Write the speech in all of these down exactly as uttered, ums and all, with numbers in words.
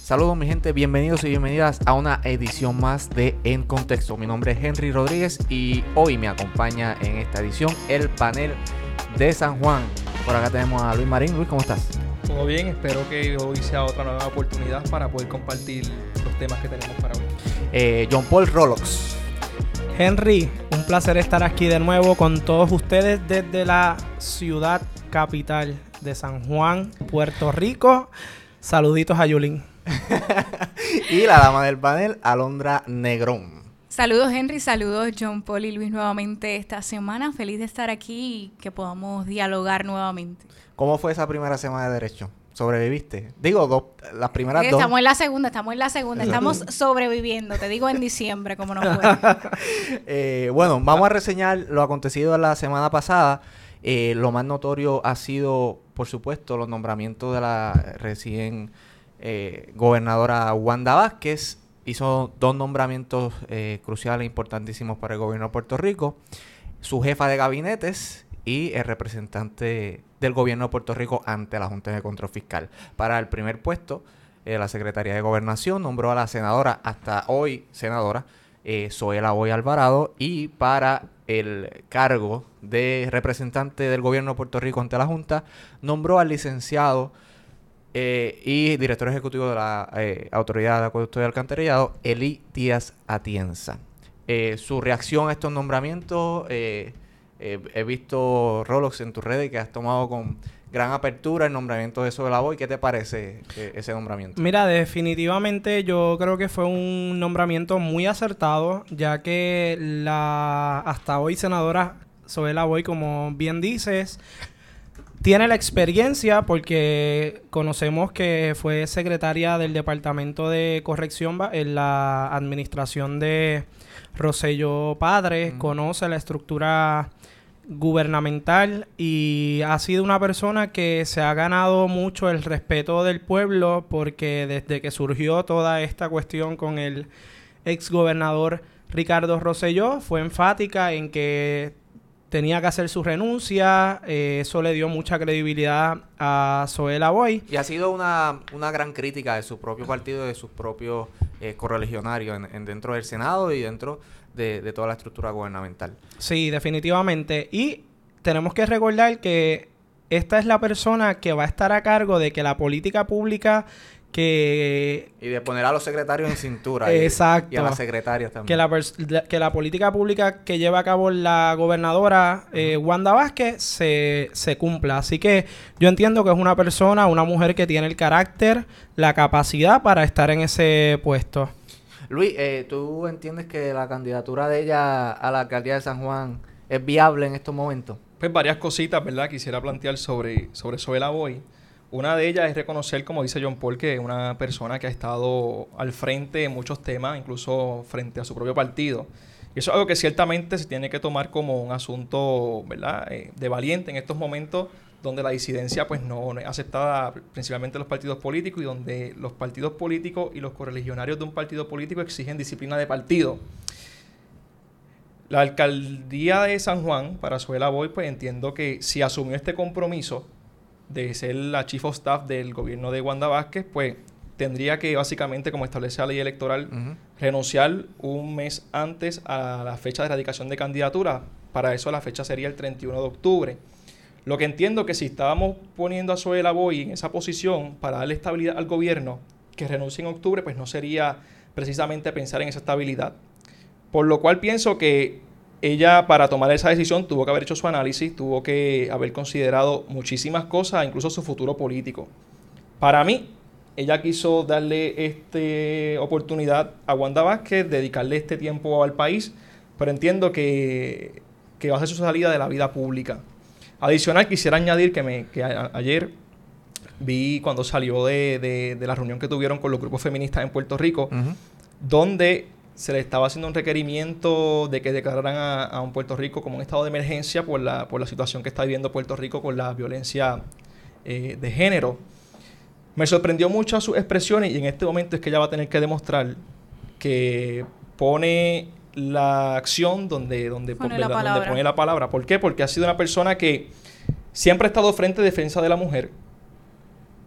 Saludos mi gente, bienvenidos y bienvenidas a una edición más de En Contexto. Mi nombre es Henry Rodríguez y hoy me acompaña en esta edición el panel de San Juan. Por acá tenemos a Luis Marín. Luis, ¿cómo estás? Todo bien, espero que hoy sea otra nueva oportunidad para poder compartir los temas que tenemos para hoy. Eh, John Paul Rolox. Henry, un placer estar aquí de nuevo con todos ustedes desde la ciudad capital de San Juan, Puerto Rico. Saluditos a Yulín. Y la dama del panel, Alondra Negrón. Saludos Henry, saludos John Paul y Luis nuevamente esta semana. Feliz de estar aquí y que podamos dialogar nuevamente. ¿Cómo fue esa primera semana de Derecho? ¿Sobreviviste? Digo, dos, las primeras eh, dos. Estamos en la segunda, estamos en la segunda. Estamos sobreviviendo, te digo en diciembre como nos fue. eh, bueno, vamos a reseñar lo acontecido la semana pasada. Eh, lo más notorio ha sido, por supuesto, los nombramientos de la recién eh, gobernadora Wanda Vázquez. Hizo dos nombramientos eh, cruciales, importantísimos para el gobierno de Puerto Rico. Su jefa de gabinetes y el representante del gobierno de Puerto Rico ante la Junta de Control Fiscal. Para el primer puesto, eh, la Secretaría de Gobernación nombró a la senadora, hasta hoy senadora, eh, Zoela Boy Alvarado, y para el cargo de representante del gobierno de Puerto Rico ante la Junta, nombró al licenciado eh, y director ejecutivo de la eh, Autoridad de Acueducto y Alcantarillado, Eli Díaz Atienza. Eh, su reacción a estos nombramientos... Eh, Eh, he visto, Rolox, en tus redes que has tomado con gran apertura el nombramiento de Zoela Boy. ¿Qué te parece eh, ese nombramiento? Mira, definitivamente yo creo que fue un nombramiento muy acertado, ya que la hasta hoy senadora Zoela Boy, como bien dices, tiene la experiencia porque conocemos que fue secretaria del Departamento de Corrección en la administración de Rosselló Padre, mm. conoce la estructura gubernamental y ha sido una persona que se ha ganado mucho el respeto del pueblo porque desde que surgió toda esta cuestión con el exgobernador Ricardo Rosselló fue enfática en que tenía que hacer su renuncia. Eh, eso le dio mucha credibilidad a Zoela Boy. Y ha sido una, una gran crítica de su propio partido y de sus propios eh, correligionarios en, en dentro del Senado y dentro de, de toda la estructura gubernamental. Sí, definitivamente. Y tenemos que recordar que esta es la persona que va a estar a cargo de que la política pública que... Y de poner a los secretarios en cintura. Exacto. Y, y a las secretarias también. Que la, pers- que la política pública que lleva a cabo la gobernadora eh, Wanda Vázquez se, se cumpla. Así que yo entiendo que es una persona, una mujer que tiene el carácter, la capacidad para estar en ese puesto. Luis, eh, ¿tú entiendes que la candidatura de ella a la alcaldía de San Juan es viable en estos momentos? Pues varias cositas, ¿verdad? Quisiera plantear sobre, sobre Zoela Boy. Una de ellas es reconocer, como dice John Paul, que es una persona que ha estado al frente en muchos temas, incluso frente a su propio partido. Y eso es algo que ciertamente se tiene que tomar como un asunto, ¿verdad?, eh, de valiente en estos momentos donde la disidencia pues no, no es aceptada principalmente en los partidos políticos y donde los partidos políticos y los correligionarios de un partido político exigen disciplina de partido. La alcaldía de San Juan, para Zoela Boy, pues entiendo que si asumió este compromiso de ser la Chief of Staff del gobierno de Wanda Vázquez, pues tendría que básicamente, como establece la ley electoral, uh-huh. renunciar un mes antes a la fecha de erradicación de candidatura. Para eso la fecha sería el treinta y uno de octubre. Lo que entiendo que si estábamos poniendo a Zoela Boy en esa posición para darle estabilidad al gobierno, que renuncie en octubre, pues no sería precisamente pensar en esa estabilidad. Por lo cual pienso que ella, para tomar esa decisión, tuvo que haber hecho su análisis, tuvo que haber considerado muchísimas cosas, incluso su futuro político. Para mí, ella quiso darle esta oportunidad a Wanda Vázquez, dedicarle este tiempo al país, pero entiendo que, que va a ser su salida de la vida pública. Adicional, quisiera añadir que, me, que a, ayer vi cuando salió de, de, de la reunión que tuvieron con los grupos feministas en Puerto Rico, uh-huh. donde se le estaba haciendo un requerimiento de que declararan a, a un Puerto Rico como un estado de emergencia por la, por la situación que está viviendo Puerto Rico con la violencia eh, de género. Me sorprendió mucho sus expresiones y en este momento es que ella va a tener que demostrar que pone la acción donde, donde, pone, la la donde pone la palabra. ¿Por qué? Porque ha sido una persona que siempre ha estado frente a defensa de la mujer,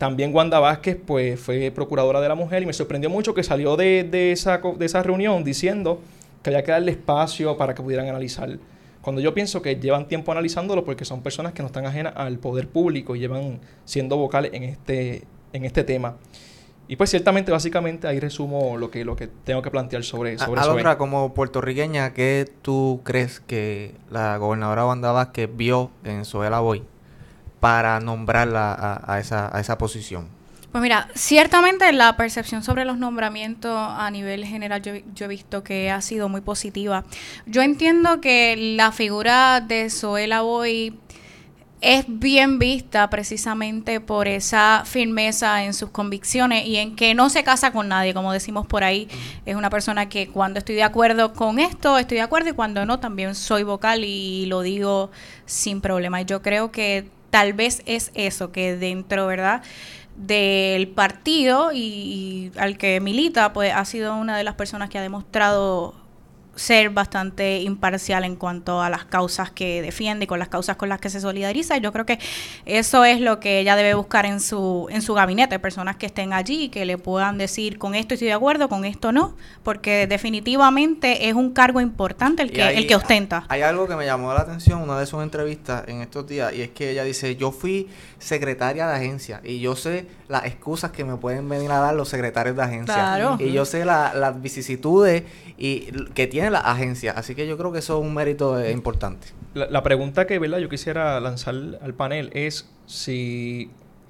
También Wanda Vázquez pues fue procuradora de la mujer y me sorprendió mucho que salió de, de, esa, de esa reunión diciendo que había que darle espacio para que pudieran analizar. Cuando yo pienso que llevan tiempo analizándolo porque son personas que no están ajenas al poder público y llevan siendo vocales en este, en este tema. Y pues ciertamente, básicamente, ahí resumo lo que, lo que tengo que plantear sobre, sobre eso. Alondra, como puertorriqueña, ¿qué tú crees que la gobernadora Wanda Vázquez vio en Zoela Boy para nombrarla a, a, esa, a esa posición? Pues mira, ciertamente la percepción sobre los nombramientos a nivel general yo, yo he visto que ha sido muy positiva. Yo entiendo que la figura de Zoela Boy es bien vista precisamente por esa firmeza en sus convicciones y en que no se casa con nadie, como decimos por ahí. Es una persona que cuando estoy de acuerdo con esto, estoy de acuerdo, y cuando no, también soy vocal y lo digo sin problema. Y yo creo que tal vez es eso, que dentro, ¿verdad?, del partido y, y al que milita, pues ha sido una de las personas que ha demostrado ser bastante imparcial en cuanto a las causas que defiende y con las causas con las que se solidariza. Yo creo que eso es lo que ella debe buscar en su en su gabinete, personas que estén allí y que le puedan decir con esto estoy de acuerdo, con esto no, porque definitivamente es un cargo importante el que ahí, el que ostenta. Hay algo que me llamó la atención, una de sus entrevistas en estos días, y es que ella dice, yo fui secretaria de agencia y yo sé las excusas que me pueden venir a dar los secretarios de agencia. Claro. Y yo sé la, las vicisitudes y que tiene la agencia, así que yo creo que eso es un mérito eh, importante. La, la pregunta que, ¿verdad?, yo quisiera lanzar al panel es si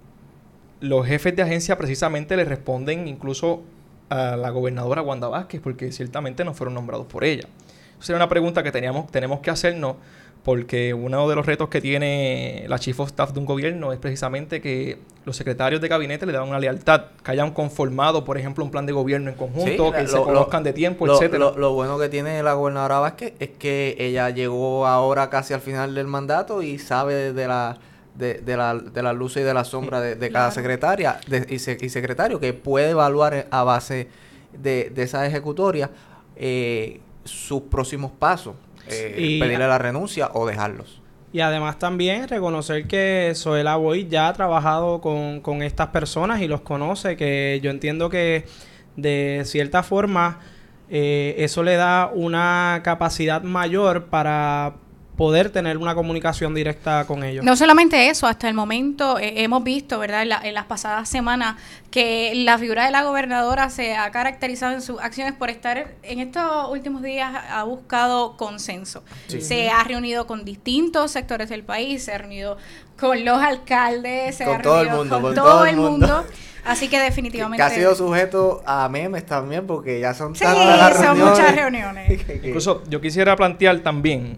los jefes de agencia precisamente le responden incluso a la gobernadora Wanda Vázquez, porque ciertamente no fueron nombrados por ella. Esa sería una pregunta que teníamos, tenemos que hacernos, porque uno de los retos que tiene la Chief of Staff de un gobierno es precisamente que los secretarios de gabinete le dan una lealtad, que hayan conformado, por ejemplo, un plan de gobierno en conjunto, sí, que lo, se conozcan lo, de tiempo, lo, etcétera. Lo, lo bueno que tiene la gobernadora Vázquez es que ella llegó ahora casi al final del mandato y sabe de la de, de la de la luz y de la sombra de, de cada claro. secretaria de, y, se, y secretario, que puede evaluar a base de, de esa ejecutoria eh, sus próximos pasos. Eh, y pedirle la renuncia o dejarlos. Y además también reconocer que Zoela Boy ya ha trabajado con, con estas personas y los conoce, que yo entiendo que de cierta forma eh, eso le da una capacidad mayor para poder tener una comunicación directa con ellos. No solamente eso, hasta el momento eh, hemos visto, ¿verdad?, en, la, en las pasadas semanas que la figura de la gobernadora se ha caracterizado en sus acciones por estar en estos últimos días, ha buscado consenso. Sí. Se ha reunido con distintos sectores del país, se ha reunido con los alcaldes, se con ha todo reunido el mundo, con, con todo, todo el mundo. mundo. Así que definitivamente... Que ha sido sujeto a memes también, porque ya son sí, tantas las reuniones. Sí, son muchas reuniones. Incluso yo quisiera plantear también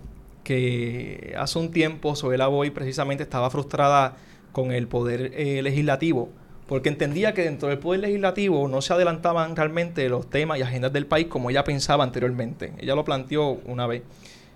que hace un tiempo Zoela Boy precisamente estaba frustrada con el poder eh, legislativo, porque entendía que dentro del poder legislativo no se adelantaban realmente los temas y agendas del país como ella pensaba anteriormente. Ella lo planteó una vez.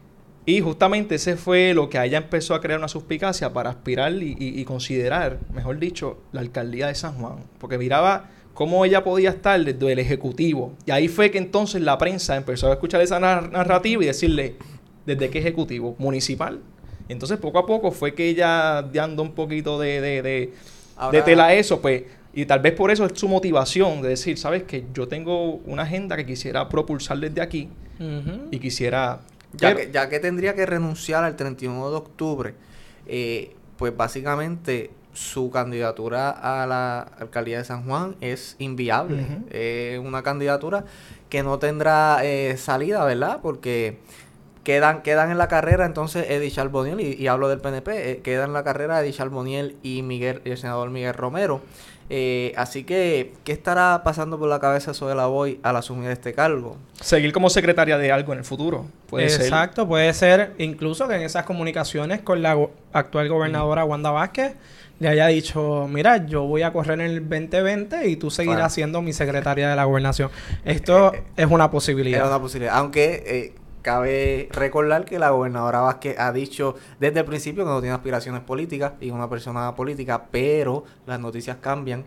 Y justamente ese fue lo que a ella empezó a crear una suspicacia para aspirar y, y, y considerar, mejor dicho, la alcaldía de San Juan. Porque miraba cómo ella podía estar desde el Ejecutivo. Y ahí fue que entonces la prensa empezó a escuchar esa nar- narrativa y decirle... ¿Desde qué ejecutivo? Municipal. Entonces, poco a poco fue que ella dando un poquito de, de, de, Ahora, de tela a eso, pues, y tal vez por eso es su motivación de decir, ¿sabes qué? Yo tengo una agenda que quisiera propulsar desde aquí uh-huh. y quisiera... Ya que, ya que tendría que renunciar al treinta y uno de octubre, eh, pues básicamente su candidatura a la alcaldía de San Juan es inviable. Es uh-huh. eh, una candidatura que no tendrá eh, salida, ¿verdad? Porque... Quedan, quedan en la carrera entonces Eddie Charbonnier, y, y hablo del P N P, eh, quedan en la carrera Eddie Charbonnier y Miguel, y el senador Miguel Romero. Eh, así que, ¿qué estará pasando por la cabeza de Zoela Boy al asumir este cargo? Seguir como secretaria de algo en el futuro. Puede Exacto, ser. puede ser incluso que en esas comunicaciones con la go- actual gobernadora mm. Wanda Vázquez le haya dicho, mira, yo voy a correr en el veinte veinte y tú seguirás claro. siendo mi secretaria de la gobernación. Esto eh, es una posibilidad. Es una posibilidad, aunque... Eh, Cabe recordar que la gobernadora Vázquez ha dicho desde el principio que no tiene aspiraciones políticas y es una persona política, pero las noticias cambian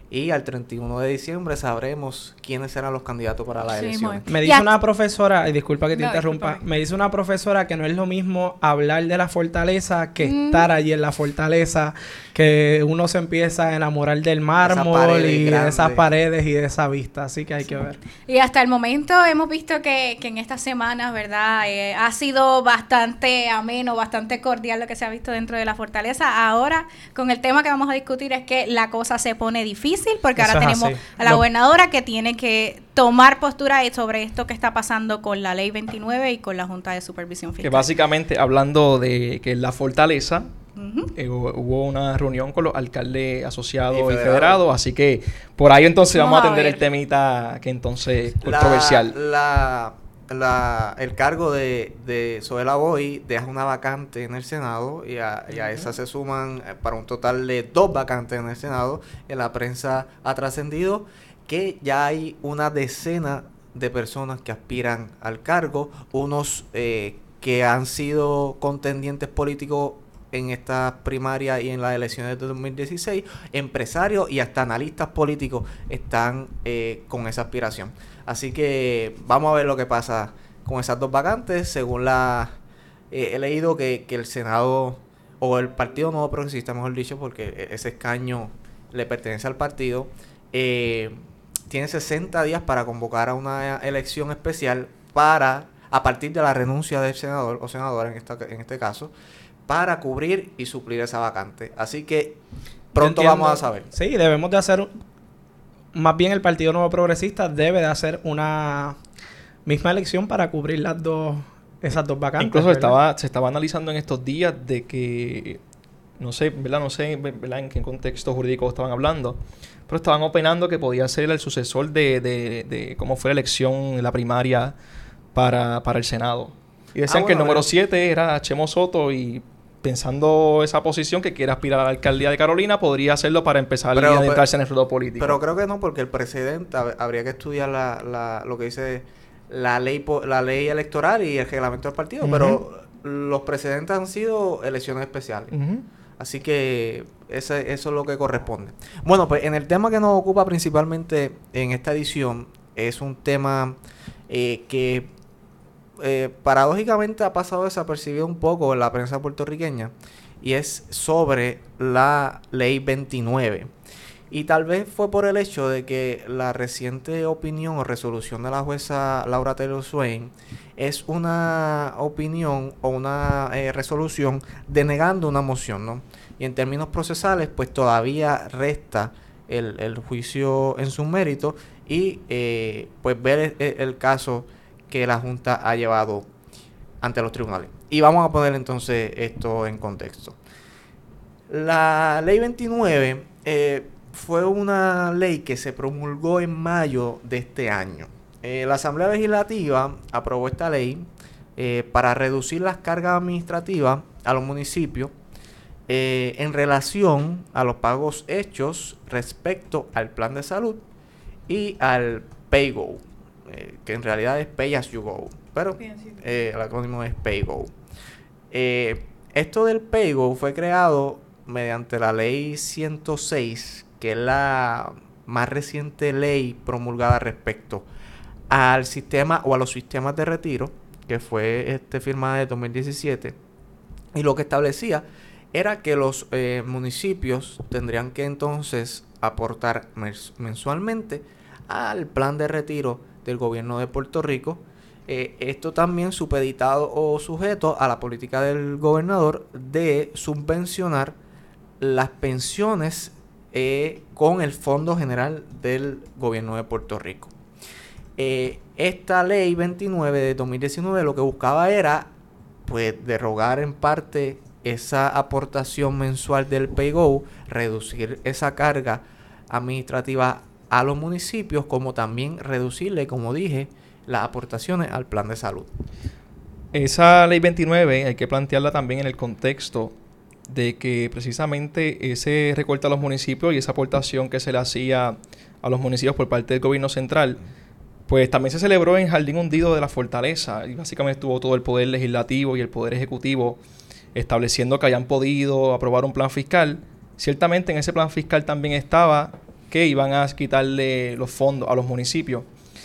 y al treinta y uno de diciembre sabremos quiénes serán los candidatos para las Sí, elecciones. Me dice Ya. una profesora, y disculpa que te No, interrumpa, discúlpame. me dice una profesora que no es lo mismo hablar de la fortaleza que Mm. estar allí en la fortaleza, que uno se empieza a enamorar del mármol paredes y de grandes. esas paredes y de esa vista, así que hay que ver. Y hasta el momento hemos visto que, que en estas semanas, ¿verdad? Eh, ha sido bastante ameno, bastante cordial lo que se ha visto dentro de la fortaleza. Ahora, con el tema que vamos a discutir es que la cosa se pone difícil porque Eso ahora es tenemos así. a la Lo- gobernadora que tiene que tomar postura sobre esto que está pasando con la Ley veintinueve y con la Junta de Supervisión Que Fiscal. básicamente, hablando de que en la fortaleza Ujú. eh, hu- hubo una reunión con los alcaldes asociados Y y federados. federados, así que por ahí entonces Vamos vamos, a a atender ver. el temita que entonces La- controversial. La, la- el cargo de, de Zoela Boy deja una vacante en el Senado y a, y a esa se suman eh, para un total de dos vacantes en el Senado. En la prensa ha trascendido que ya hay una decena de personas que aspiran al cargo, unos eh, que han sido contendientes políticos en estas primarias y en las elecciones de dos mil dieciséis, empresarios y hasta analistas políticos están eh, con esa aspiración. Así que vamos a ver lo que pasa con esas dos vacantes. Según la eh, he leído que, que el Senado o el Partido Nuevo Progresista, mejor dicho, porque ese escaño le pertenece al partido, eh, tiene sesenta días para convocar a una elección especial para, a partir de la renuncia del senador o senadora en, esta, en este caso, para cubrir y suplir esa vacante. Así que pronto Yo vamos a entiendo- saber. Sí, debemos de hacer, un- más bien el Partido Nuevo Progresista debe de hacer una misma elección para cubrir las dos, esas dos vacantes. Incluso ¿verdad? estaba, se estaba analizando en estos días de que, no sé, ¿verdad? No sé, ¿verdad? En qué contexto jurídico estaban hablando, pero estaban opinando que podía ser el sucesor de, de, de cómo fue la elección en la primaria para, para el Senado. Y decían Ah, que el bueno, número bueno. siete era Chemo Soto y pensando esa posición que quiere aspirar a la alcaldía de Carolina, podría hacerlo para empezar Pero- a pero- adentrarse en el ruedo político. Pero creo que no, porque el precedente hab- habría que estudiar la, la, lo que dice la ley po- la ley electoral y el reglamento del partido, Ujú. pero los precedentes han sido elecciones especiales. Ujú. Así que ese, eso es lo que corresponde. Bueno, pues en el tema que nos ocupa principalmente en esta edición es un tema eh, que eh, paradójicamente ha pasado desapercibido un poco en la prensa puertorriqueña y es sobre la ley veintinueve. Y tal vez fue por el hecho de que la reciente opinión o resolución de la jueza Laura Taylor Swain es una opinión o una eh, resolución denegando una moción, ¿no? Y en términos procesales, pues todavía resta el, el juicio en su mérito y eh, pues ver el, el caso que la Junta ha llevado ante los tribunales. Y vamos a poner entonces esto en contexto. La ley veintinueve eh, fue una ley que se promulgó en mayo de este año. Eh, la Asamblea Legislativa aprobó esta ley eh, para reducir las cargas administrativas a los municipios eh, en relación a los pagos hechos respecto al plan de salud y al PayGo, eh, que en realidad es Pay As You Go, pero eh, el acrónimo es PayGo. Eh, esto del PayGo fue creado mediante la ley ciento seis, que es la más reciente ley promulgada respecto al sistema o a los sistemas de retiro, que fue este firmada en dos mil diecisiete, y lo que establecía era que los eh, municipios tendrían que entonces aportar mens- mensualmente al plan de retiro del gobierno de Puerto Rico. Eh, esto también supeditado o sujeto a la política del gobernador de subvencionar las pensiones eh, con el Fondo General del Gobierno de Puerto Rico. Eh, esta ley veintinueve de dos mil diecinueve lo que buscaba era pues derogar en parte esa aportación mensual del PayGo, reducir esa carga administrativa a los municipios, como también reducirle, como dije, las aportaciones al plan de salud. Esa ley veintinueve hay que plantearla también en el contexto de que precisamente ese recorte a los municipios y esa aportación que se le hacía a los municipios por parte del gobierno central, pues también se celebró en Jardín Hundido de la Fortaleza y básicamente estuvo todo el poder legislativo y el poder ejecutivo estableciendo que hayan podido aprobar un plan fiscal. Ciertamente en ese plan fiscal también estaba que iban a quitarle los fondos a los municipios.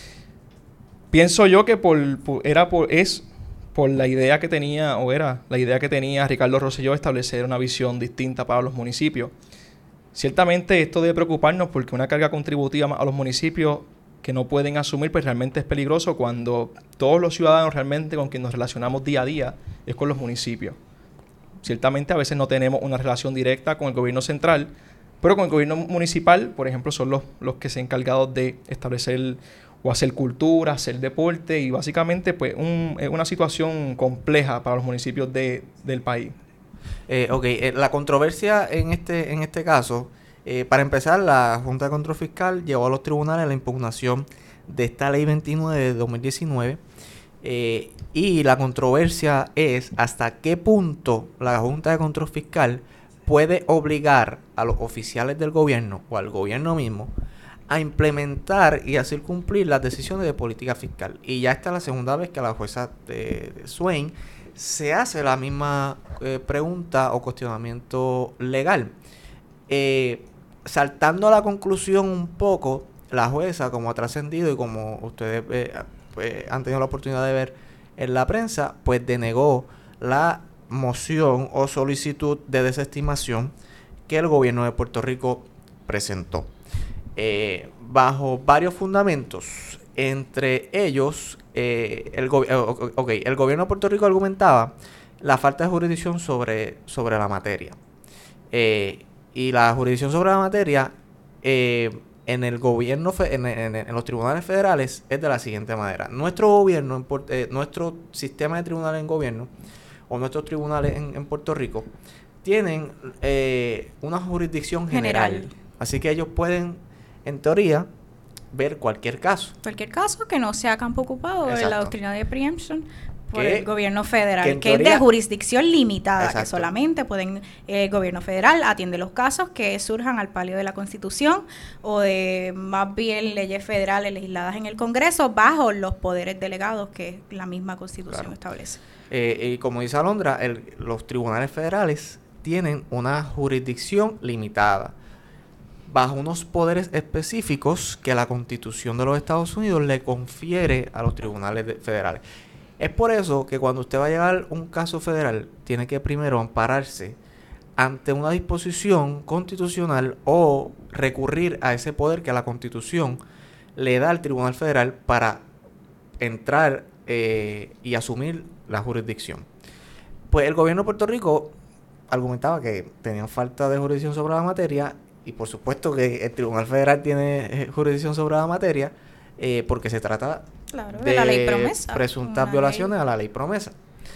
Pienso yo que por, por, era por, es por la idea que tenía, o era la idea que tenía Ricardo Rosselló de establecer una visión distinta para los municipios. Ciertamente esto debe preocuparnos porque una carga contributiva a los municipios que no pueden asumir, pues realmente es peligroso cuando todos los ciudadanos realmente con quien nos relacionamos día a día es con los municipios. Ciertamente a veces no tenemos una relación directa con el gobierno central, pero con el gobierno municipal, por ejemplo, son los, los que se han encargado de establecer o hacer cultura, hacer deporte y básicamente pues un, es una situación compleja para los municipios de, del país. Eh, ok, eh, la controversia en este, en este caso, eh, para empezar, la Junta de Control Fiscal llevó a los tribunales la impugnación de esta Ley veintinueve de dos mil diecinueve eh, y la controversia es hasta qué punto la Junta de Control Fiscal puede obligar a los oficiales del gobierno o al gobierno mismo a implementar y hacer cumplir las decisiones de política fiscal. Y ya esta es la segunda vez que la jueza de, de Swain se hace la misma eh, pregunta o cuestionamiento legal. Eh, saltando a la conclusión un poco, la jueza, como ha trascendido y como ustedes eh, pues, han tenido la oportunidad de ver en la prensa, pues denegó la moción o solicitud de desestimación que el gobierno de Puerto Rico presentó. Eh, bajo varios fundamentos, entre ellos eh, el, go- okay, el gobierno de Puerto Rico argumentaba la falta de jurisdicción sobre, sobre la materia eh, y la jurisdicción sobre la materia eh, en el gobierno fe- en, en, en los tribunales federales es de la siguiente manera. Nuestro gobierno en Puerto, eh, nuestro sistema de tribunales en gobierno o nuestros tribunales en, en Puerto Rico tienen eh, una jurisdicción general. general así que ellos pueden en teoría, ver cualquier caso. Cualquier caso que no sea campo ocupado de la doctrina de preemption por que, el gobierno federal, que, que teoría, es de jurisdicción limitada, exacto. que solamente pueden el gobierno federal atiende los casos que surjan al palio de la Constitución o de más bien leyes federales legisladas en el Congreso bajo los poderes delegados que la misma Constitución claro. establece. Eh, y como dice Alondra, el, los tribunales federales tienen una jurisdicción limitada bajo unos poderes específicos que la Constitución de los Estados Unidos le confiere a los tribunales de, federales. Es por eso que cuando usted va a llevar un caso federal, tiene que primero ampararse ante una disposición constitucional o recurrir a ese poder que la Constitución le da al Tribunal Federal para entrar eh, y asumir la jurisdicción. Pues el gobierno de Puerto Rico argumentaba que tenían falta de jurisdicción sobre la materia. Y por supuesto que el Tribunal Federal tiene eh, jurisdicción sobre la materia eh, porque se trata claro, de, de la ley promesa, presuntas violaciones ley. a la ley promesa.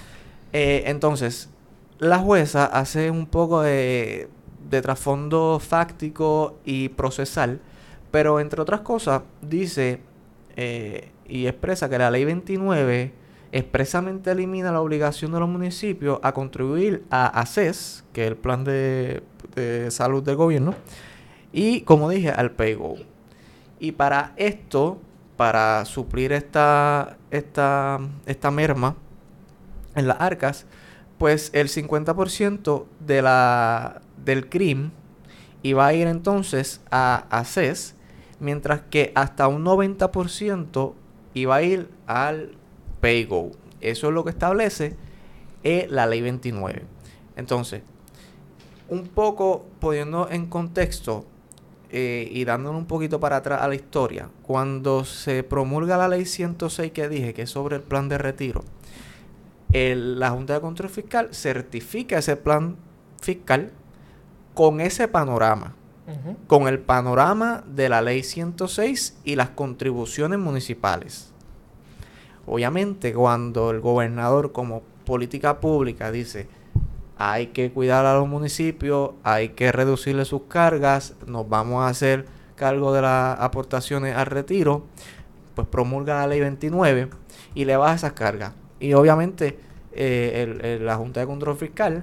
Eh, entonces, la jueza hace un poco de, de trasfondo fáctico y procesal, pero entre otras cosas dice eh, y expresa que la ley veintinueve expresamente elimina la obligación de los municipios a contribuir a ACES, que es el plan de, de salud del gobierno, y como dije, al PayGo. Y para esto, para suplir esta, esta, esta merma en las arcas, pues el cincuenta por ciento de la, del C R I M iba a ir entonces a ACES, mientras que hasta un noventa por ciento iba a ir al PayGo. Eso es lo que establece eh, la ley veintinueve. Entonces, un poco poniendo en contexto eh, y dándole un poquito para atrás a la historia, cuando se promulga la ley ciento seis que dije, que es sobre el plan de retiro, el, la Junta de Control Fiscal certifica ese plan fiscal con ese panorama, uh-huh. con el panorama de la ley ciento seis y las contribuciones municipales. Obviamente, cuando el gobernador como política pública dice hay que cuidar a los municipios, hay que reducirle sus cargas, nos vamos a hacer cargo de las aportaciones al retiro, pues promulga la ley veintinueve y le baja esas cargas. Y obviamente eh, el, el, la Junta de Control Fiscal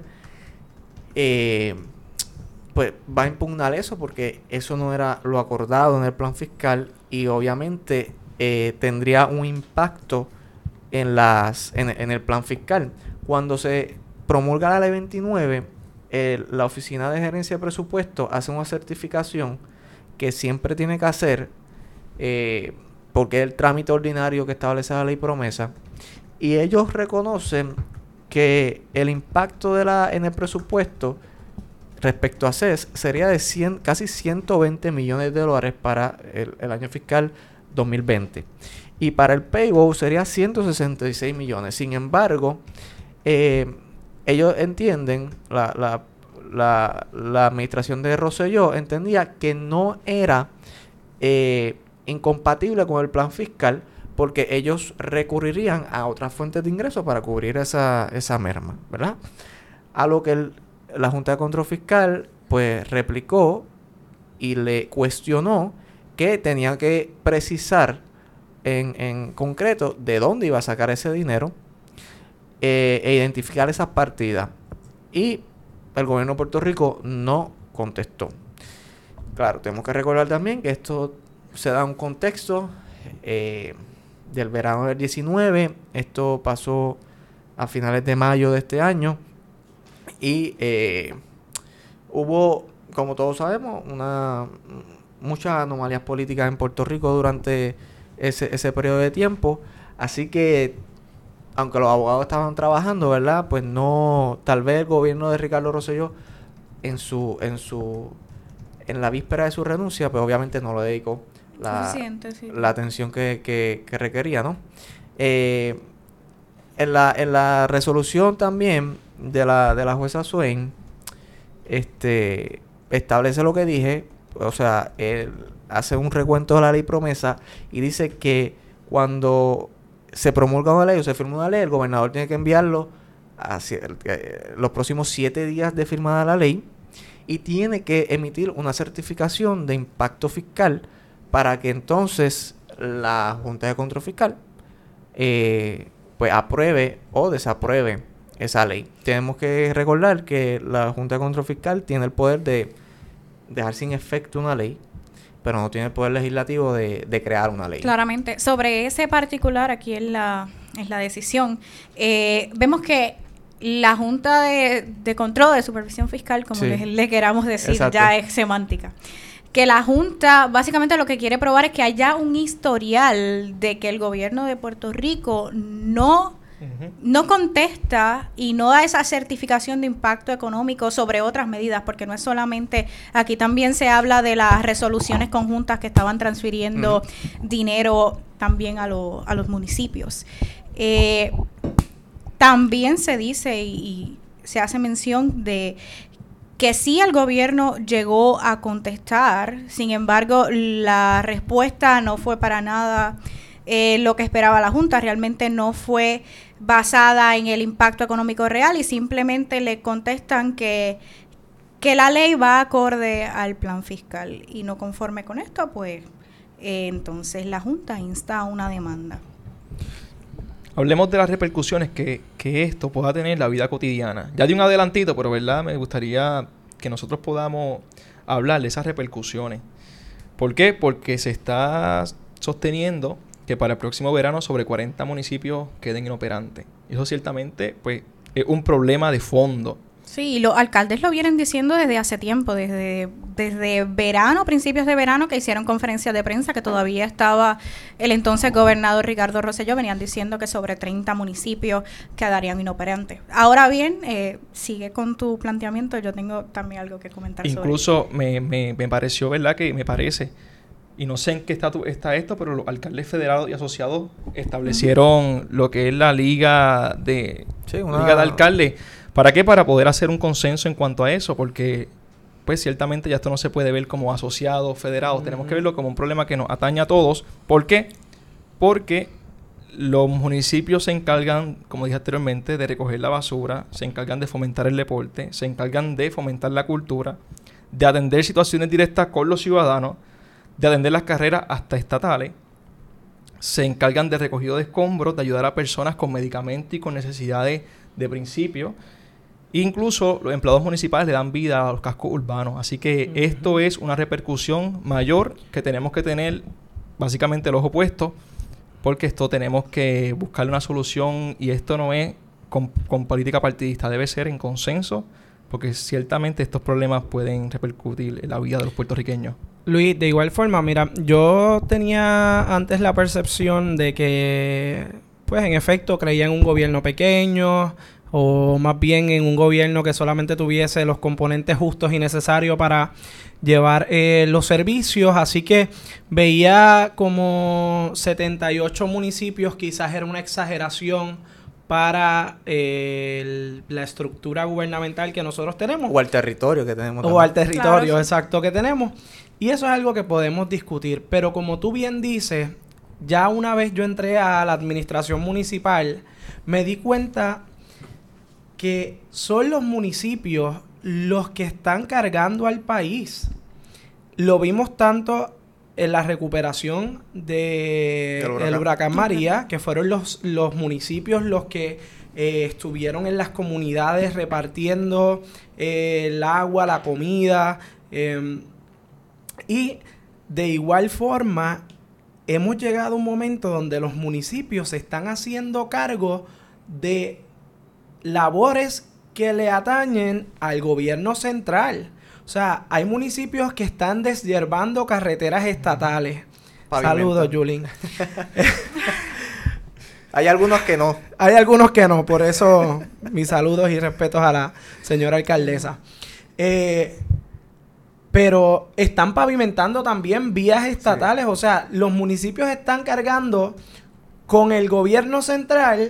eh, pues va a impugnar eso porque eso no era lo acordado en el plan fiscal y obviamente eh, tendría un impacto en las en, en el plan fiscal. Cuando se promulga la ley veintinueve, eh, la Oficina de Gerencia de Presupuesto hace una certificación que siempre tiene que hacer, eh, porque es el trámite ordinario que establece la ley promesa, y ellos reconocen que el impacto de la en el presupuesto respecto a C E S sería de cien, casi ciento veinte millones de dólares para el, el año fiscal dos mil veinte. Y para el payroll sería ciento sesenta y seis millones. Sin embargo, eh, ellos entienden, la, la, la, la administración de Rosselló entendía que no era eh, incompatible con el plan fiscal, porque ellos recurrirían a otras fuentes de ingresos para cubrir esa, esa merma, ¿verdad? A lo que el, la Junta de Control Fiscal pues replicó y le cuestionó que tenía que precisar en, en concreto de dónde iba a sacar ese dinero eh, e identificar esas partidas. Y el gobierno de Puerto Rico no contestó. Claro, tenemos que recordar también que esto se da en un contexto eh, del verano del diecinueve. Esto pasó a finales de mayo de este año. Y eh, hubo, como todos sabemos, una muchas anomalías políticas en Puerto Rico durante ese, ese periodo de tiempo. Así que, aunque los abogados estaban trabajando, ¿verdad? Pues no, tal vez el gobierno de Ricardo Rosselló en su, en su, en la víspera de su renuncia, pues obviamente no le dedicó la, sí. la atención que, que, que requería, ¿no? Eh, en la, en la resolución también de la, de la jueza Swain, este, establece lo que dije, o sea, él hace un recuento de la ley promesa y dice que cuando se promulga una ley o se firma una ley, el gobernador tiene que enviarlo hacia el, eh, los próximos siete días de firmada la ley y tiene que emitir una certificación de impacto fiscal para que entonces la Junta de Control Fiscal eh, pues apruebe o desapruebe esa ley. Tenemos que recordar que la Junta de Control Fiscal tiene el poder de dejar sin efecto una ley, pero no tiene el poder legislativo de, de crear una ley. Claramente. Sobre ese particular, aquí en la, en la decisión, eh, vemos que la Junta de, de Control de Supervisión Fiscal, como sí. le, le queramos decir, Exacto. ya es semántica. Que la Junta básicamente lo que quiere probar es que haya un historial de que el gobierno de Puerto Rico no, uh-huh. no contesta y no da esa certificación de impacto económico sobre otras medidas, porque no es solamente, aquí también se habla de las resoluciones conjuntas que estaban transfiriendo uh-huh. dinero también a, lo, a los municipios. Eh, también se dice y, y se hace mención de que sí el gobierno llegó a contestar, sin embargo, la respuesta no fue para nada eh, lo que esperaba la Junta, realmente no fue basada en el impacto económico real y simplemente le contestan que, que la ley va acorde al plan fiscal y no conforme con esto, pues eh, entonces la Junta insta a una demanda. Hablemos de las repercusiones que, que esto pueda tener en la vida cotidiana. Ya di un adelantito, pero verdad me gustaría que nosotros podamos hablar de esas repercusiones. ¿Por qué? Porque se está sosteniendo que para el próximo verano sobre cuarenta municipios queden inoperantes. Y eso ciertamente pues, es un problema de fondo. Sí, los alcaldes lo vienen diciendo desde hace tiempo, desde, desde verano, principios de verano, que hicieron conferencias de prensa, que todavía estaba el entonces gobernador Ricardo Rosselló, venían diciendo que sobre treinta municipios quedarían inoperantes. Ahora bien, eh, sigue con tu planteamiento, yo tengo también algo que comentar sobre ello. Incluso me, me, me pareció, ¿verdad? Que me parece, y no sé en qué estatus está esto, pero los alcaldes federados y asociados establecieron uh-huh. lo que es la liga de, sí, una... liga de alcaldes. ¿Para qué? Para poder hacer un consenso en cuanto a eso, porque pues ciertamente ya esto no se puede ver como asociados, federados, uh-huh. tenemos que verlo como un problema que nos atañe a todos. ¿Por qué? Porque los municipios se encargan, como dije anteriormente, de recoger la basura, se encargan de fomentar el deporte, se encargan de fomentar la cultura, de atender situaciones directas con los ciudadanos, de atender las carreras hasta estatales, se encargan de recogido de escombros, de ayudar a personas con medicamentos y con necesidades de principio. Incluso los empleados municipales le dan vida a los cascos urbanos. Así que uh-huh. esto es una repercusión mayor que tenemos que tener básicamente el ojo puesto, porque esto tenemos que buscarle una solución y esto no es con, con política partidista, debe ser en consenso, porque ciertamente estos problemas pueden repercutir en la vida de los puertorriqueños. Luis, de igual forma, mira, yo tenía antes la percepción de que, pues en efecto, creía en un gobierno pequeño, o más bien en un gobierno que solamente tuviese los componentes justos y necesarios para llevar eh, los servicios. Así que veía como setenta y ocho municipios, quizás era una exageración para eh, el, la estructura gubernamental que nosotros tenemos. O al territorio que tenemos. O también. al territorio, Claro, sí. exacto, que tenemos. Y eso es algo que podemos discutir. Pero como tú bien dices, ya una vez yo entré a la administración municipal, me di cuenta que son los municipios los que están cargando al país. Lo vimos tanto en la recuperación de El huracán. el huracán María, que fueron los, los municipios los que eh, estuvieron en las comunidades repartiendo eh, el agua, la comida. Eh, y de igual forma, hemos llegado a un momento donde los municipios se están haciendo cargo de labores que le atañen al gobierno central. O sea, hay municipios que están deshierbando carreteras estatales. Pavimento. Saludos, Julín. Hay algunos que no. Hay algunos que no, por eso mis saludos y respetos a la señora alcaldesa. Eh, pero están pavimentando también vías estatales. Sí. O sea, los municipios están cargando con el gobierno central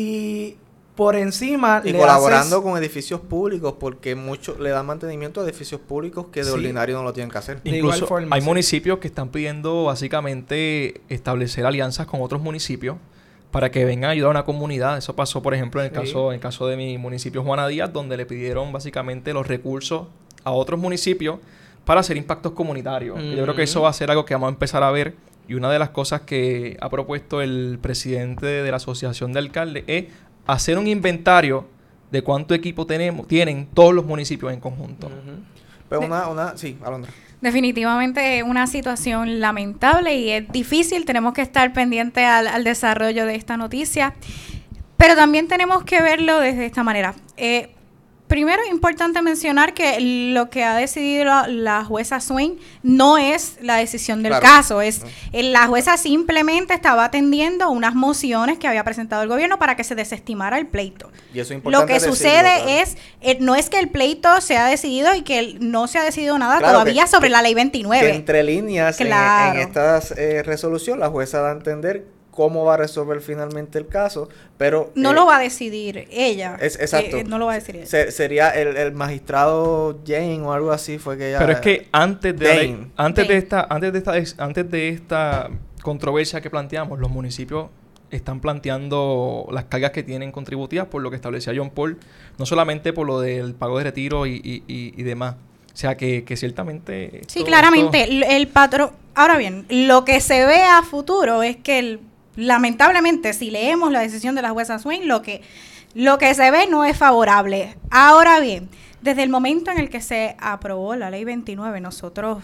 y por encima y le colaborando haces... con edificios públicos, porque mucho le dan mantenimiento a edificios públicos que de Sí. ordinario no lo tienen que hacer. De igual Incluso forma, hay sí. municipios que están pidiendo básicamente establecer alianzas con otros municipios para que vengan a ayudar a una comunidad. Eso pasó, por ejemplo, en el Sí. caso en el caso de mi municipio Juana Díaz, donde le pidieron básicamente los recursos a otros municipios para hacer impactos comunitarios. Mm. Yo creo que eso va a ser algo que vamos a empezar a ver. Y una de las cosas que ha propuesto el presidente de la Asociación de Alcaldes es hacer un inventario de cuánto equipo tenemos, tienen todos los municipios en conjunto. Ujú. Pero una, una, sí, Alondra. Definitivamente es una situación lamentable y es difícil. Tenemos que estar pendientes al, al desarrollo de esta noticia. Pero también tenemos que verlo desde esta manera. Eh, primero es importante mencionar que lo que ha decidido la, la jueza Swain no es la decisión del Claro. caso. Es, No. eh, la jueza simplemente estaba atendiendo unas mociones que había presentado el gobierno para que se desestimara el pleito. Y eso es Lo importante que decirlo, sucede claro. es, eh, no es que el pleito se ha decidido y que el- no se ha decidido nada Claro, todavía que- sobre que- la ley Que veintinueve. entre líneas en- Claro. en, esta eh, resolución la jueza da a entender cómo va a resolver finalmente el caso, pero... No eh, lo va a decidir ella. Es, exacto. Eh, no lo va a decir ella. Se- sería el, el magistrado Jane o algo así fue que ella... Pero es que antes de la ley- Dane. antes de Dane. esta antes de esta antes de esta controversia que planteamos, los municipios están planteando las cargas que tienen contributivas por lo que establecía John Paul, no solamente por lo del pago de retiro y, y, y, y demás. O sea que, que ciertamente... Sí, esto- claramente. esto- El, el patrón. Ahora bien, lo que se ve a futuro es que el- lamentablemente, si leemos la decisión de la jueza Swain, lo que, lo que se ve no es favorable. Ahora bien, desde el momento en el que se aprobó la ley veintinueve, nosotros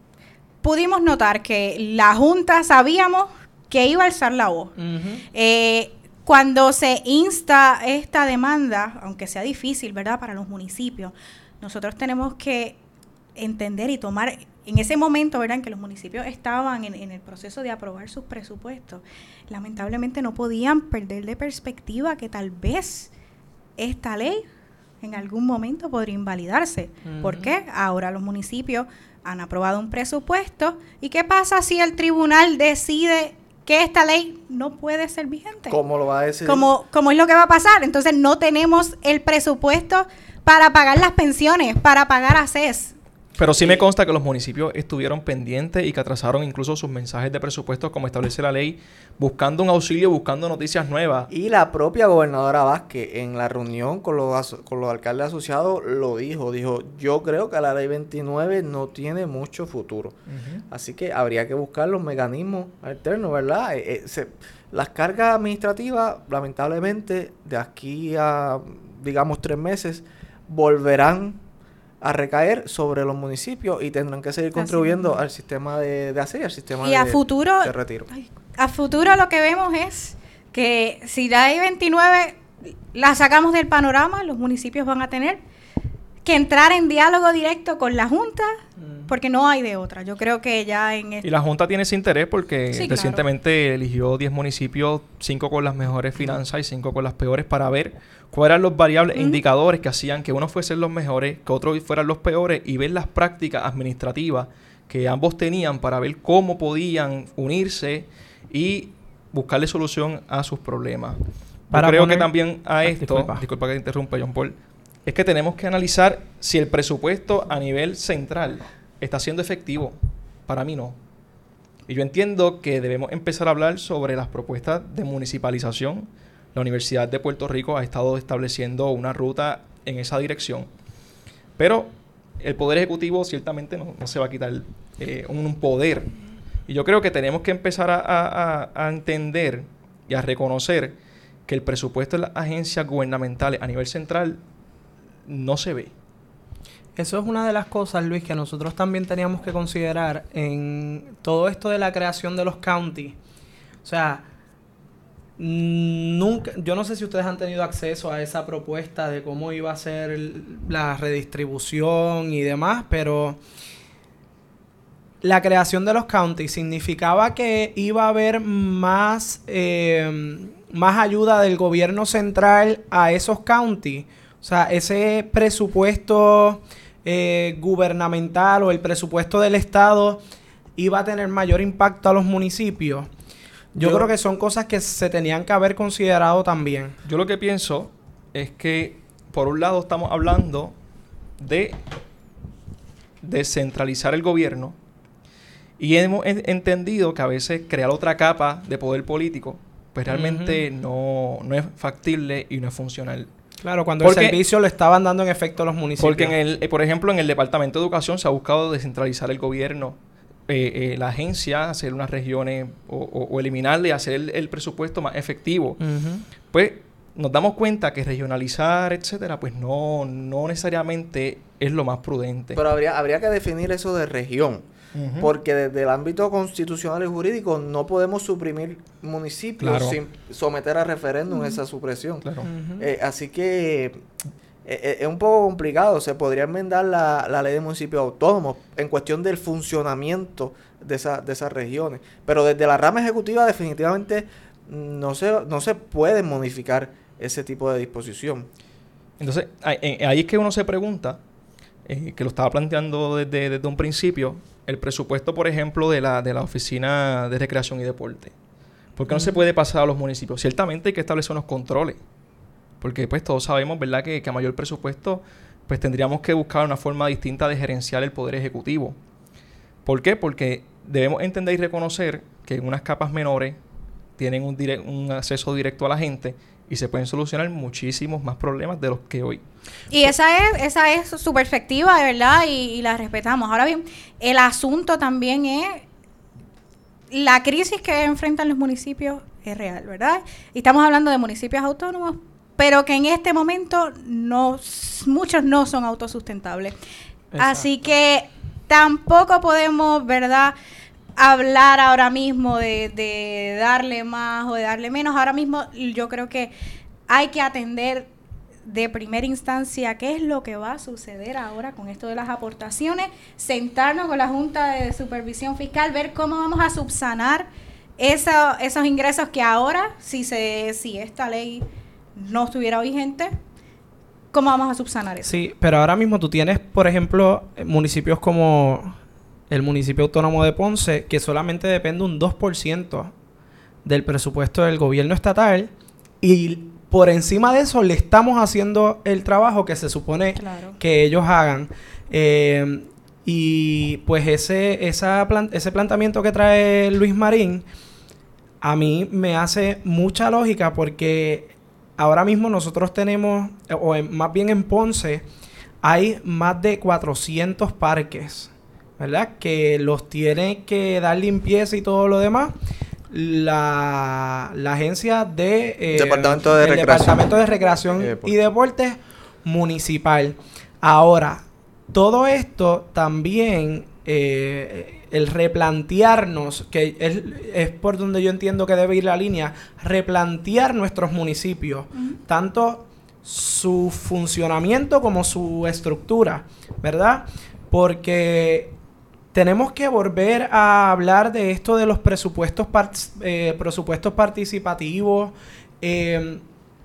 pudimos notar que la Junta sabíamos que iba a alzar la voz. Ujú. Eh, cuando se insta esta demanda, aunque sea difícil, ¿verdad?, para los municipios, nosotros tenemos que entender y tomar, en ese momento, ¿verdad?, en que los municipios estaban en, en el proceso de aprobar sus presupuestos, lamentablemente no podían perder de perspectiva que tal vez esta ley en algún momento podría invalidarse. Ujú. ¿Por qué? Ahora los municipios han aprobado un presupuesto. ¿Y qué pasa si el tribunal decide que esta ley no puede ser vigente? ¿Cómo lo va a decir? Como, como es lo que va a pasar. Entonces no tenemos el presupuesto para pagar las pensiones, para pagar A C E S. Pero sí me consta que los municipios estuvieron pendientes y que atrasaron incluso sus mensajes de presupuesto como establece la ley, buscando un auxilio, buscando noticias nuevas. Y la propia gobernadora Vázquez en la reunión con los, aso- con los alcaldes asociados lo dijo. Dijo, yo creo que la ley veintinueve no tiene mucho futuro. Ujú. Así que habría que buscar los mecanismos alternos, ¿verdad? Eh, eh, se- las cargas administrativas, lamentablemente, de aquí a, digamos, tres meses, volverán a recaer sobre los municipios y tendrán que seguir Así contribuyendo mismo. al sistema de, de A C E, al sistema Y de, a futuro, de retiro. ay, a futuro lo que vemos es que si la ley veintinueve la sacamos del panorama, los municipios van a tener que entrar en diálogo directo con la Junta, porque no hay de otra. Yo creo que ya en... Y la Junta tiene ese interés porque Sí, recientemente claro. eligió diez municipios, cinco con las mejores finanzas y cinco con las peores, para ver cuáles eran los variables e Ujú. indicadores que hacían que unos fuesen los mejores, que otros fueran los peores, y ver las prácticas administrativas que ambos tenían para ver cómo podían unirse y buscarle solución a sus problemas. Yo Para creo poner- que también a Ah, esto, disculpa. disculpa que te interrumpa, John Paul, es que tenemos que analizar si el presupuesto a nivel central está siendo efectivo. Para mí no. Y yo entiendo que debemos empezar a hablar sobre las propuestas de municipalización. La Universidad de Puerto Rico ha estado estableciendo una ruta en esa dirección. Pero el Poder Ejecutivo ciertamente no, no se va a quitar eh, un, un poder. Y yo creo que tenemos que empezar a, a- a entender y a reconocer que el presupuesto de las agencias gubernamentales a nivel central no se ve. Eso es una de las cosas, Luis, que nosotros también teníamos que considerar en todo esto de la creación de los counties. O sea, nunca, yo no sé si ustedes han tenido acceso a esa propuesta de cómo iba a ser el- la redistribución y demás, pero la creación de los counties significaba que iba a haber más, eh, más ayuda del gobierno central a esos counties. O sea, ese presupuesto eh, gubernamental o el presupuesto del Estado iba a tener mayor impacto a los municipios. Yo, Yo- creo que son cosas que se tenían que haber considerado también. Yo lo que pienso es que, por un lado, estamos hablando de descentralizar el gobierno y hemos en- entendido que a veces crear otra capa de poder político, pues realmente no, no es factible y no es funcional. Claro, cuando Porque- el servicio lo estaban dando en efecto a los municipios. Porque, en el, eh, por ejemplo, en el Departamento de Educación se ha buscado descentralizar el gobierno, eh, eh, la agencia, hacer unas regiones o, o- o eliminarle, hacer el, el presupuesto más efectivo. Ujú. Pues nos damos cuenta que regionalizar, etcétera, pues no, no necesariamente es lo más prudente. Pero habría, habría que definir eso de región. Ujú. Porque desde el ámbito constitucional y jurídico no podemos suprimir municipios Claro. sin someter a referéndum esa supresión. Claro. Ujú. Eh, así que eh, eh, es un poco complicado. Se podría enmendar la, la ley de municipios autónomos en cuestión del funcionamiento de, esa, de esas regiones. Pero desde la rama ejecutiva definitivamente no se, no se puede modificar ese tipo de disposición. Entonces, ahí, eh, ahí es que uno se pregunta, eh, que lo estaba planteando desde, desde un principio, el presupuesto, por ejemplo, de la, de la Oficina de Recreación y Deporte. ¿Por qué no se puede pasar a los municipios? Ciertamente hay que establecer unos controles. Porque pues todos sabemos, ¿verdad?, que, que a mayor presupuesto, pues tendríamos que buscar una forma distinta de gerenciar el Poder Ejecutivo. ¿Por qué? Porque debemos entender y reconocer que unas capas menores tienen un, dire- un acceso directo a la gente y se pueden solucionar muchísimos más problemas de los que hoy. Y esa es, esa es su perspectiva, de verdad, y, y la respetamos. Ahora bien, el asunto también es la crisis que enfrentan los municipios es real, ¿verdad? Y estamos hablando de municipios autónomos, pero que en este momento no, muchos no son autosustentables. Así que tampoco podemos, ¿verdad?, hablar ahora mismo de, de darle más o de darle menos. Ahora mismo yo creo que hay que atender de primera instancia qué es lo que va a suceder ahora con esto de las aportaciones, sentarnos con la Junta de Supervisión Fiscal, ver cómo vamos a subsanar esa, esos ingresos que ahora, si se si esta ley no estuviera vigente, ¿cómo vamos a subsanar eso? Sí, pero ahora mismo tú tienes, por ejemplo, eh, municipios como el municipio autónomo de Ponce, que solamente depende un dos por ciento del presupuesto del gobierno estatal, y por encima de eso le estamos haciendo el trabajo que se supone Claro. que ellos hagan. Eh, y pues ese, esa plan- ese planteamiento que trae Luis Marín, a mí me hace mucha lógica, porque ahora mismo nosotros tenemos, o en- más bien en Ponce, hay más de cuatrocientos parques, ¿verdad?, que los tiene que dar limpieza y todo lo demás la, la agencia de eh, Departamento de el Recreación. Departamento de Recreación Y y Deporte. Deportes municipal. Ahora, todo esto también, eh, el replantearnos, que es, es por donde yo entiendo que debe ir la línea, replantear nuestros municipios, Ujú. tanto su funcionamiento como su estructura, ¿verdad? Porque tenemos que volver a hablar de esto de los presupuestos, part eh, presupuestos participativos, eh,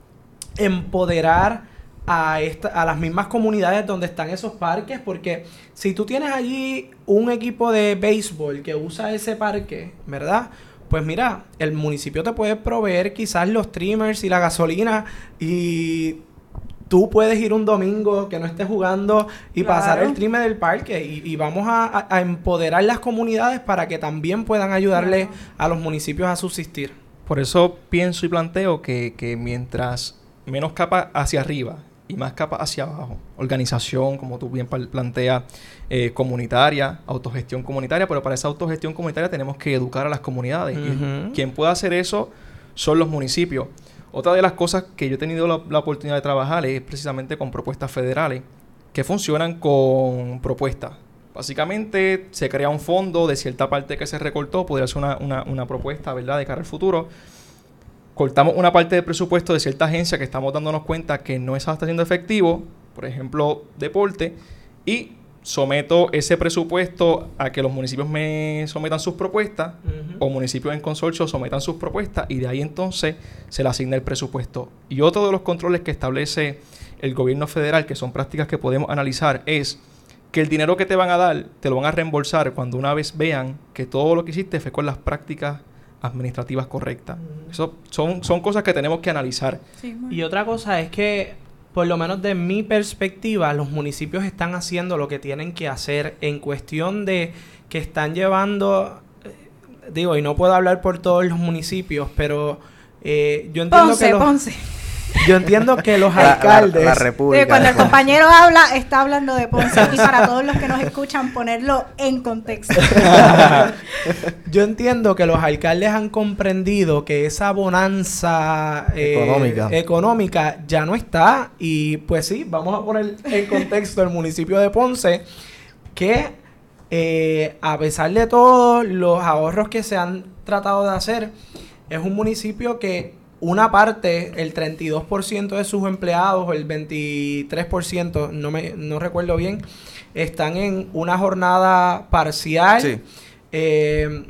empoderar a, esta, a las mismas comunidades donde están esos parques, porque si tú tienes allí un equipo de béisbol que usa ese parque, ¿verdad? Pues mira, el municipio te puede proveer quizás los trimmers y la gasolina y tú puedes ir un domingo que no estés jugando y claro. pasar el trimmer del parque y, y vamos a, a empoderar las comunidades para que también puedan ayudarle claro. a los municipios a subsistir. Por eso pienso y planteo que, que mientras menos capa hacia arriba y más capa hacia abajo, organización, como tú bien planteas, eh, comunitaria, autogestión comunitaria, pero para esa autogestión comunitaria tenemos que educar a las comunidades. Uh-huh. Y quien pueda hacer eso son los municipios. Otra de las cosas que yo he tenido la, la oportunidad de trabajar es precisamente con propuestas federales que funcionan con propuestas. Básicamente se crea un fondo de cierta parte que se recortó, podría ser una, una, una propuesta, ¿verdad?, de cara al futuro. Cortamos una parte del presupuesto de cierta agencia que estamos dándonos cuenta que no está siendo efectivo, por ejemplo, deporte, y someto ese presupuesto a que los municipios me sometan sus propuestas uh-huh. o municipios en consorcio sometan sus propuestas y de ahí entonces se le asigna el presupuesto. Y otro de los controles que establece el gobierno federal, que son prácticas que podemos analizar, es que el dinero que te van a dar te lo van a reembolsar cuando una vez vean que todo lo que hiciste fue con las prácticas administrativas correctas. Uh-huh. Eso son, son cosas que tenemos que analizar. Sí, bueno. Y otra cosa es que, por lo menos de mi perspectiva, los municipios están haciendo lo que tienen que hacer en cuestión de que están llevando, eh, digo, y no puedo hablar por todos los municipios, pero eh, yo entiendo Ponce, que los, Ponce. Yo entiendo que los alcaldes... La, la, la República. Cuando el compañero habla, está hablando de Ponce. Y para todos los que nos escuchan, ponerlo en contexto. Yo entiendo que los alcaldes han comprendido que esa bonanza eh, económica. económica ya no está. Y pues sí, vamos a poner en contexto el municipio de Ponce, que eh, a pesar de todos los ahorros que se han tratado de hacer, es un municipio que una parte, el treinta y dos por ciento de sus empleados, o el veintitrés por ciento, no me no recuerdo bien, están en una jornada parcial. Sí. Eh,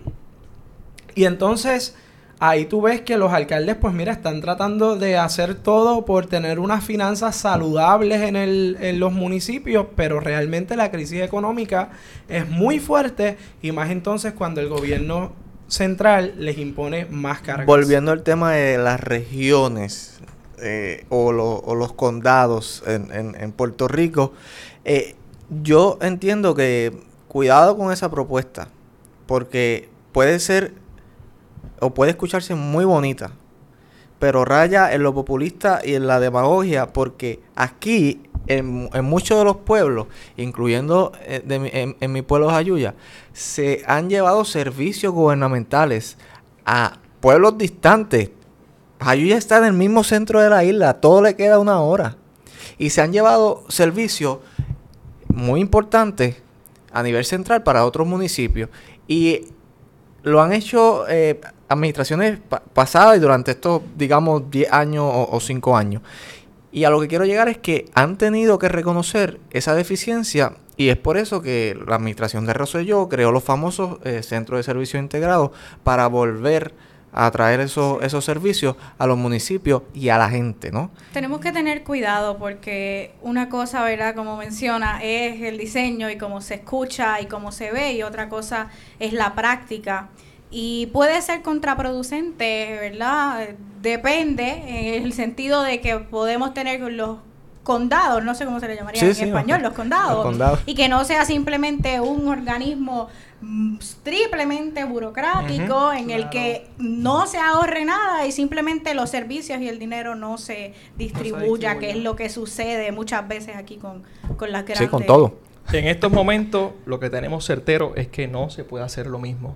y entonces, ahí tú ves que los alcaldes, pues mira, están tratando de hacer todo por tener unas finanzas saludables en, el, en los municipios, pero realmente la crisis económica es muy fuerte, y más entonces cuando el gobierno central les impone más cargas. Volviendo al tema de las regiones eh, o, lo, o los condados en, en, en Puerto Rico, eh, yo entiendo que cuidado con esa propuesta, porque puede ser o puede escucharse muy bonita, pero raya en lo populista y en la demagogia, porque aquí En, en muchos de los pueblos, incluyendo eh, de mi, en, en mi pueblo Jayuya, se han llevado servicios gubernamentales a pueblos distantes. Jayuya está en el mismo centro de la isla, todo le queda una hora. Y se han llevado servicios muy importantes a nivel central para otros municipios. Y lo han hecho eh, administraciones pa- pasadas y durante estos, digamos, diez años o, o cinco años. Y a lo que quiero llegar es que han tenido que reconocer esa deficiencia, y es por eso que la administración de Rosselló creó los famosos eh, centros de servicios integrados para volver a traer esos, esos servicios a los municipios y a la gente, ¿no? Tenemos que tener cuidado porque una cosa, ¿verdad?, como menciona, es el diseño y cómo se escucha y cómo se ve, y otra cosa es la práctica. Y puede ser contraproducente, ¿verdad? Depende, en el sentido de que podemos tener los condados, no sé cómo se le llamaría sí, en sí, español, los condados, los condados, y que no sea simplemente un organismo mm, triplemente burocrático uh-huh, en el claro. que no se ahorre nada y simplemente los servicios y el dinero no se distribuya, no se que es lo que sucede muchas veces aquí con, con las grandes... Sí, con todo. En estos momentos, lo que tenemos certero es que no se puede hacer lo mismo.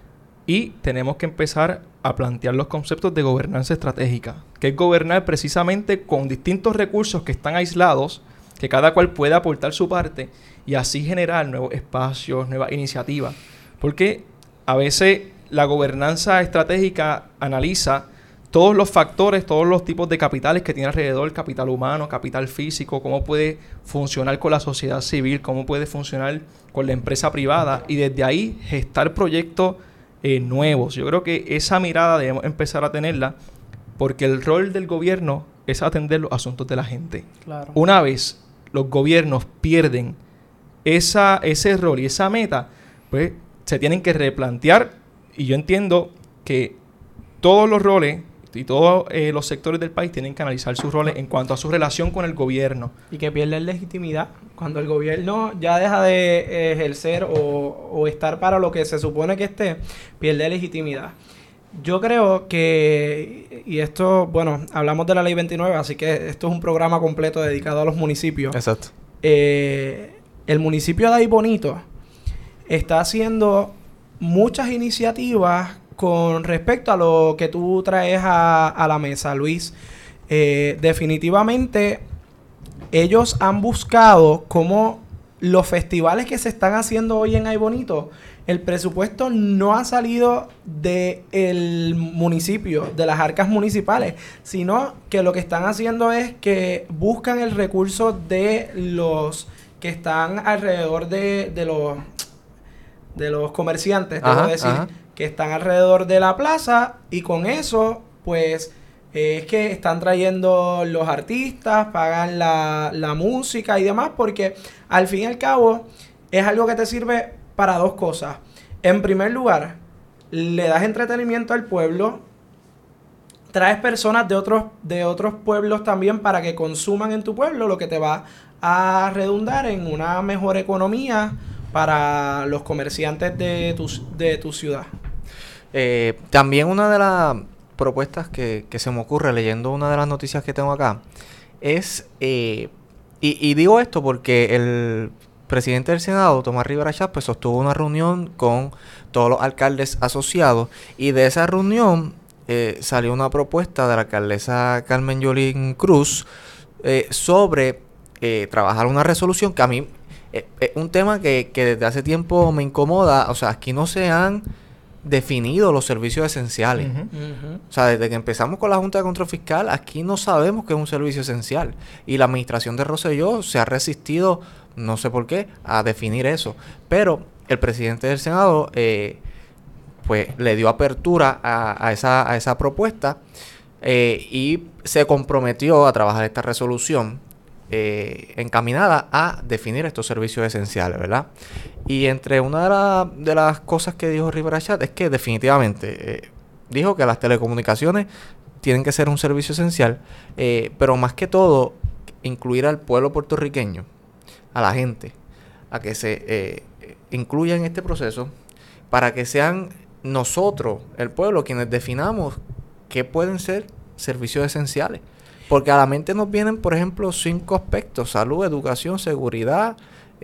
Y tenemos que empezar a plantear los conceptos de gobernanza estratégica, que es gobernar precisamente con distintos recursos que están aislados, que cada cual puede aportar su parte y así generar nuevos espacios, nuevas iniciativas. Porque a veces la gobernanza estratégica analiza todos los factores, todos los tipos de capitales que tiene alrededor, capital humano, capital físico, cómo puede funcionar con la sociedad civil, cómo puede funcionar con la empresa privada y desde ahí gestar proyectos eh, nuevos. Yo creo que esa mirada debemos empezar a tenerla porque el rol del gobierno es atender los asuntos de la gente. Claro. Una vez los gobiernos pierden esa, ese rol y esa meta, pues se tienen que replantear y yo entiendo que todos los roles y todos eh, los sectores del país tienen que analizar sus roles en cuanto a su relación con el gobierno. Y que pierden legitimidad. Cuando el gobierno ya deja de eh, ejercer o, o estar para lo que se supone que esté, pierde legitimidad. Yo creo que, y esto, bueno, hablamos de la ley veintinueve, así que esto es un programa completo dedicado a los municipios. Exacto. Eh, el municipio de Ay Bonito está haciendo muchas iniciativas con respecto a lo que tú traes a, a la mesa, Luis. Eh, definitivamente, ellos han buscado cómo los festivales que se están haciendo hoy en Ay Bonito, el presupuesto no ha salido del municipio, de las arcas municipales, sino que lo que están haciendo es que buscan el recurso de los que están alrededor de, de los de los comerciantes, debo Ajá, decir, ajá. que están alrededor de la plaza y con eso, pues, eh, es que están trayendo los artistas, pagan la, la música y demás, porque al fin y al cabo es algo que te sirve para dos cosas. En primer lugar, le das entretenimiento al pueblo, traes personas de otros, de otros pueblos también para que consuman en tu pueblo, lo que te va a redundar en una mejor economía para los comerciantes de tu, de tu ciudad. Eh, también una de las propuestas que, que se me ocurre leyendo una de las noticias que tengo acá es, eh, y, y digo esto porque el presidente del Senado, Tomás Rivera Schatz, pues sostuvo una reunión con todos los alcaldes asociados y de esa reunión eh, salió una propuesta de la alcaldesa Carmen Yolín Cruz eh, sobre eh, trabajar una resolución que a mí es eh, eh, un tema que, que desde hace tiempo me incomoda. O sea, aquí no se han definido los servicios esenciales. Uh-huh. Uh-huh. O sea, desde que empezamos con la Junta de Control Fiscal, aquí no sabemos qué es un servicio esencial. Y la administración de Rosselló se ha resistido, no sé por qué, a definir eso. Pero el presidente del Senado, eh, pues, le dio apertura a, a, esa, a esa propuesta eh, y se comprometió a trabajar esta resolución eh, encaminada a definir estos servicios esenciales, ¿verdad? Y entre una de, la, de las cosas que dijo Rivera Schatz es que definitivamente eh, dijo que las telecomunicaciones tienen que ser un servicio esencial, eh, pero más que todo, incluir al pueblo puertorriqueño, a la gente, a que se eh, incluya en este proceso para que sean nosotros, el pueblo, quienes definamos qué pueden ser servicios esenciales. Porque a la mente nos vienen, por ejemplo, cinco aspectos: salud, educación, seguridad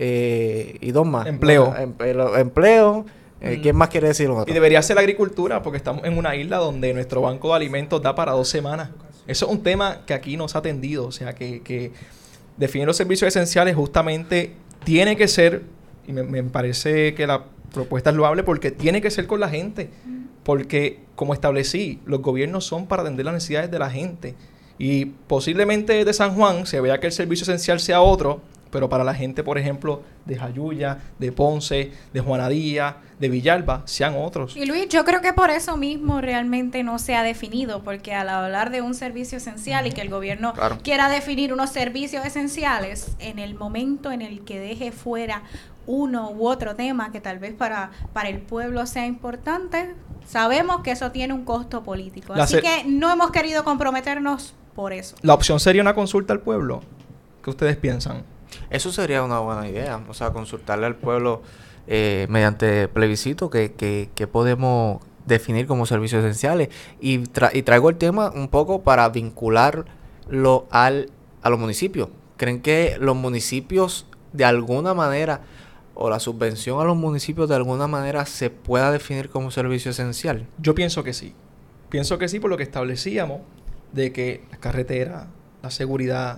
eh, y dos más. Empleo. Em, empleo. Eh, ¿Quién más quiere decir lo otro? Y debería ser la agricultura, porque estamos en una isla donde nuestro banco de alimentos da para dos semanas. Eso es un tema que aquí no se ha atendido. O sea, que, que definir los servicios esenciales justamente tiene que ser, y me, me parece que la propuesta es loable, porque tiene que ser con la gente. Porque, como establecí, los gobiernos son para atender las necesidades de la gente. Y posiblemente de San Juan se vea que el servicio esencial sea otro, pero para la gente, por ejemplo, de Jayuya, de Ponce, de Juanadía, de Villalba, sean otros. Y Luis, yo creo que por eso mismo realmente no se ha definido, porque al hablar de un servicio esencial y que el gobierno Claro. quiera definir unos servicios esenciales, en el momento en el que deje fuera uno u otro tema que tal vez para, para el pueblo sea importante, sabemos que eso tiene un costo político. La Así se- que no hemos querido comprometernos por eso. La opción sería una consulta al pueblo. ¿Qué ustedes piensan? Eso sería una buena idea. O sea, consultarle al pueblo eh, mediante plebiscito que, que, que podemos definir como servicios esenciales. Y, tra- y traigo el tema un poco para vincularlo al, a los municipios. ¿Creen que los municipios de alguna manera, o la subvención a los municipios de alguna manera, se pueda definir como servicio esencial? Yo pienso que sí. Pienso que sí por lo que establecíamos de que la carretera, la seguridad...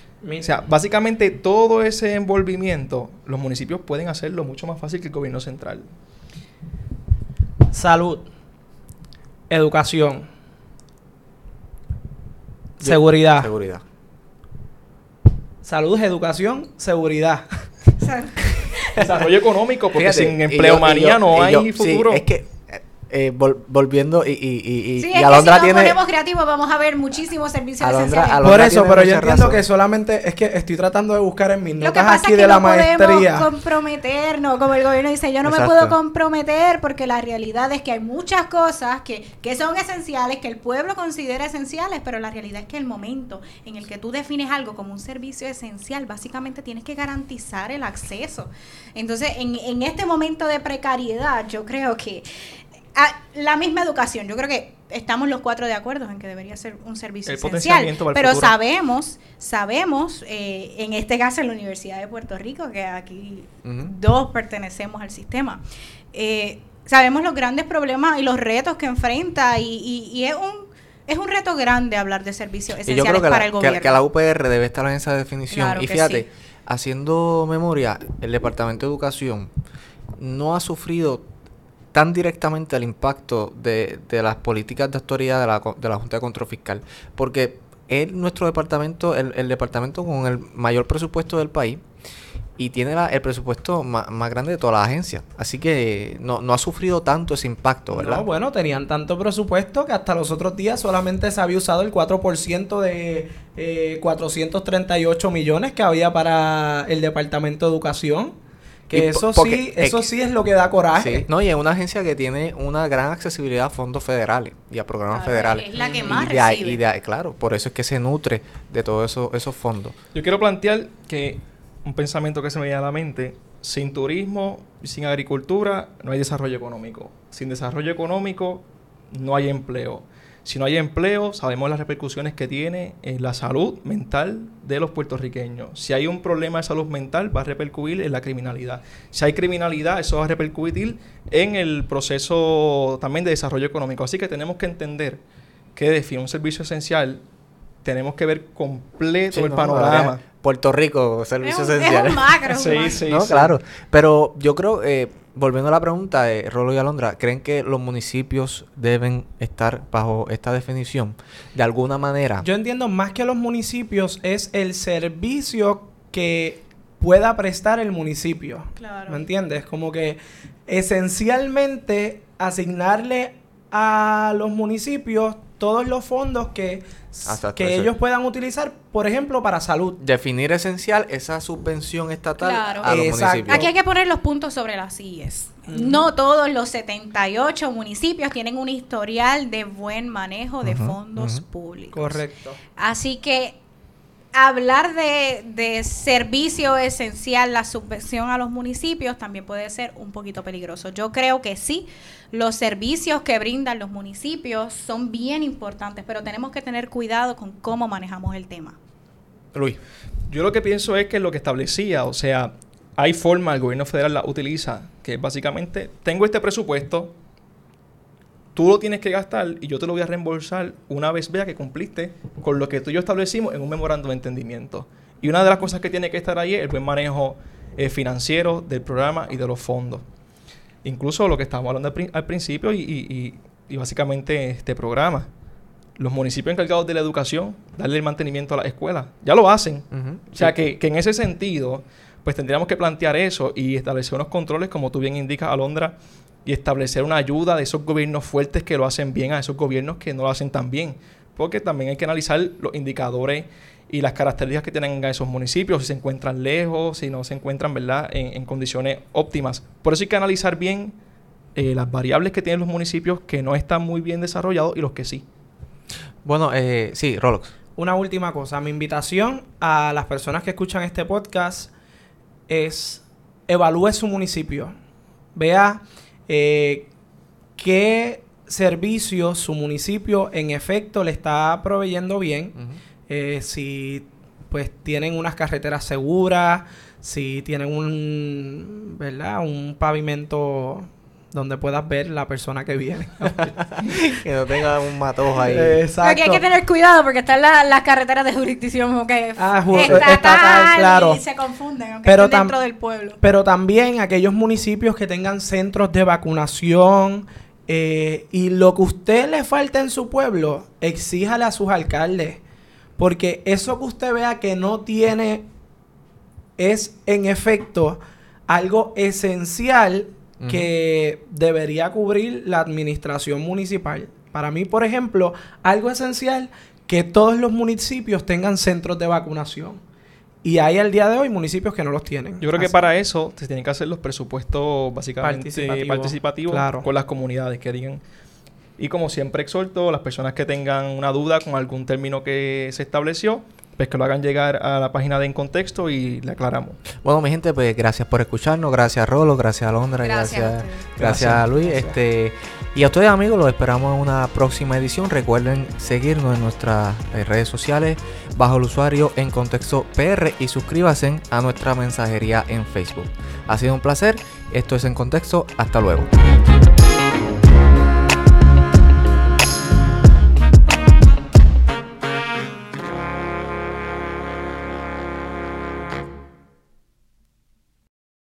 O sea, básicamente todo ese envolvimiento, los municipios pueden hacerlo mucho más fácil que el gobierno central. Salud, educación, Seguridad. Seguridad. Salud, educación, seguridad. Desarrollo económico, porque Fíjate, sin y empleomanía yo- y no yo- hay y yo- futuro. Sí, es que eh, vol- volviendo y, y, y, y- Sí, y es que si Alondra nos tiene... ponemos creativos vamos a ver muchísimos servicios Alondra- esenciales. Alondra Por eso, tiene pero yo mucha entiendo razón. que solamente es que estoy tratando de buscar en mis Lo que notas pasa aquí es que de la no podemos maestría. comprometernos, como el gobierno dice, yo no Exacto. me puedo comprometer porque la realidad es que hay muchas cosas que, que son esenciales, que el pueblo considera esenciales, pero la realidad es que el momento en el que tú defines algo como un servicio esencial, básicamente tienes que garantizar el acceso. Entonces, en, en este momento de precariedad, yo creo que a, la misma educación, yo creo que estamos los cuatro de acuerdo en que debería ser un servicio El esencial, potenciamiento para el pero futuro. sabemos, sabemos, eh, en este caso en la Universidad de Puerto Rico, que aquí Ujú. dos pertenecemos al sistema, eh, sabemos los grandes problemas y los retos que enfrenta y, y, y es un es un reto grande hablar de servicios Y yo esenciales creo que para la, el que, gobierno. que la U P R debe estar en esa definición. Claro y que fíjate, sí. haciendo memoria, el Departamento de Educación no ha sufrido tan directamente el impacto de, de las políticas de autoridad de la, co- de la Junta de Control Fiscal, porque es nuestro departamento, el, el departamento con el mayor presupuesto del país y tiene la- el presupuesto ma- más grande de todas las agencias. Así que no, no ha sufrido tanto ese impacto, ¿verdad? No, bueno, tenían tanto presupuesto que hasta los otros días solamente se había usado el cuatro por ciento de eh, cuatrocientos treinta y ocho millones que había para el Departamento de Educación. Que Y po- eso porque sí, es eso que- sí es lo que da coraje. Sí, no, y es una agencia que tiene una gran accesibilidad a fondos federales y a programas Claro, federales. es la que más y de ahí- recibe. y de ahí, claro, por eso es que se nutre de todos esos, esos fondos. Yo quiero plantear que un pensamiento que se me viene a la mente, sin turismo y sin agricultura no hay desarrollo económico. Sin desarrollo económico no hay empleo. Si no hay empleo, sabemos las repercusiones que tiene en la salud mental de los puertorriqueños. Si hay un problema de salud mental, va a repercutir en la criminalidad. Si hay criminalidad, eso va a repercutir en el proceso también de desarrollo económico. Así que tenemos que entender que define un servicio esencial, tenemos que ver completo Sí, el no, panorama. eh, Puerto Rico, es servicio un, esencial. es un macro. es un Sí, macro. sí, no, sí. claro. Pero yo creo, eh, volviendo a la pregunta, eh, Rolo y Alondra, ¿creen que los municipios deben estar bajo esta definición? De alguna manera. Yo entiendo más que los municipios es el servicio que pueda prestar el municipio. Claro. ¿Me entiendes? Como que esencialmente asignarle a los municipios todos los fondos que, Hasta que eso. ellos puedan utilizar, por ejemplo, para salud. Definir esencial esa subvención estatal Claro. a los Exacto. municipios. Aquí hay que poner los puntos sobre las sillas. No todos los setenta y ocho municipios tienen un historial de buen manejo de Ujú, fondos ujú. públicos. Correcto. Así que hablar de, de servicio esencial, la subvención a los municipios, también puede ser un poquito peligroso. Yo creo que sí, los servicios que brindan los municipios son bien importantes, pero tenemos que tener cuidado con cómo manejamos el tema. Luis. Yo lo que pienso es que lo que establecía, o sea, hay forma, el gobierno federal la utiliza, que es básicamente, tengo este presupuesto, tú lo tienes que gastar y yo te lo voy a reembolsar una vez vea que cumpliste con lo que tú y yo establecimos en un memorándum de entendimiento. Y una de las cosas que tiene que estar ahí es el buen manejo eh, financiero del programa y de los fondos. Incluso lo que estábamos hablando al, prin- al principio y, y- y- y básicamente este programa. Los municipios encargados de la educación, darle el mantenimiento a las escuelas, ya lo hacen. Ujú. O sea, que, que en ese sentido, pues tendríamos que plantear eso y establecer unos controles, como tú bien indicas, Alondra, y establecer una ayuda de esos gobiernos fuertes que lo hacen bien a esos gobiernos que no lo hacen tan bien. Porque también hay que analizar los indicadores y las características que tienen esos municipios, si se encuentran lejos, si no se encuentran, ¿verdad?, en, en condiciones óptimas. Por eso hay que analizar bien eh, las variables que tienen los municipios que no están muy bien desarrollados y los que sí. Bueno, eh, sí, Rolox. Una última cosa, mi invitación a las personas que escuchan este podcast es evalúe su municipio. Vea eh, qué servicios su municipio en efecto le está proveyendo bien. Ujú. Eh, si pues tienen unas carreteras seguras, si tienen un, ¿verdad? Un pavimento donde puedas ver la persona que viene. Que no tenga un matojo ahí. Exacto. Aquí hay que tener cuidado porque están la- las carreteras de jurisdicción okay, Ah, ju- estatal, estatal, claro. y se confunden, aunque Pero estén tam- dentro del pueblo. Pero también aquellos municipios que tengan centros de vacunación eh, y lo que usted le falta en su pueblo, exíjale a sus alcaldes. Porque eso que usted vea que no tiene es, en efecto, algo esencial uh-huh. que debería cubrir la administración municipal. Para mí, por ejemplo, algo esencial que todos los municipios tengan centros de vacunación. Y hay al día de hoy municipios que no los tienen. Yo creo Así. que para eso se tienen que hacer los presupuestos básicamente participativos, participativos claro. con las comunidades que digan. Y como siempre exhorto a las personas que tengan una duda con algún término que se estableció, pues que lo hagan llegar a la página de En Contexto y le aclaramos. Bueno, mi gente, pues gracias por escucharnos. Gracias, Rolo. Gracias, Alondra. Gracias, Gracias, gracias, gracias a Luis. Gracias. Este, y a ustedes, amigos, los esperamos en una próxima edición. Recuerden seguirnos en nuestras eh, redes sociales bajo el usuario En Contexto P R y suscríbanse a nuestra mensajería en Facebook. Ha sido un placer. Esto es En Contexto. Hasta luego.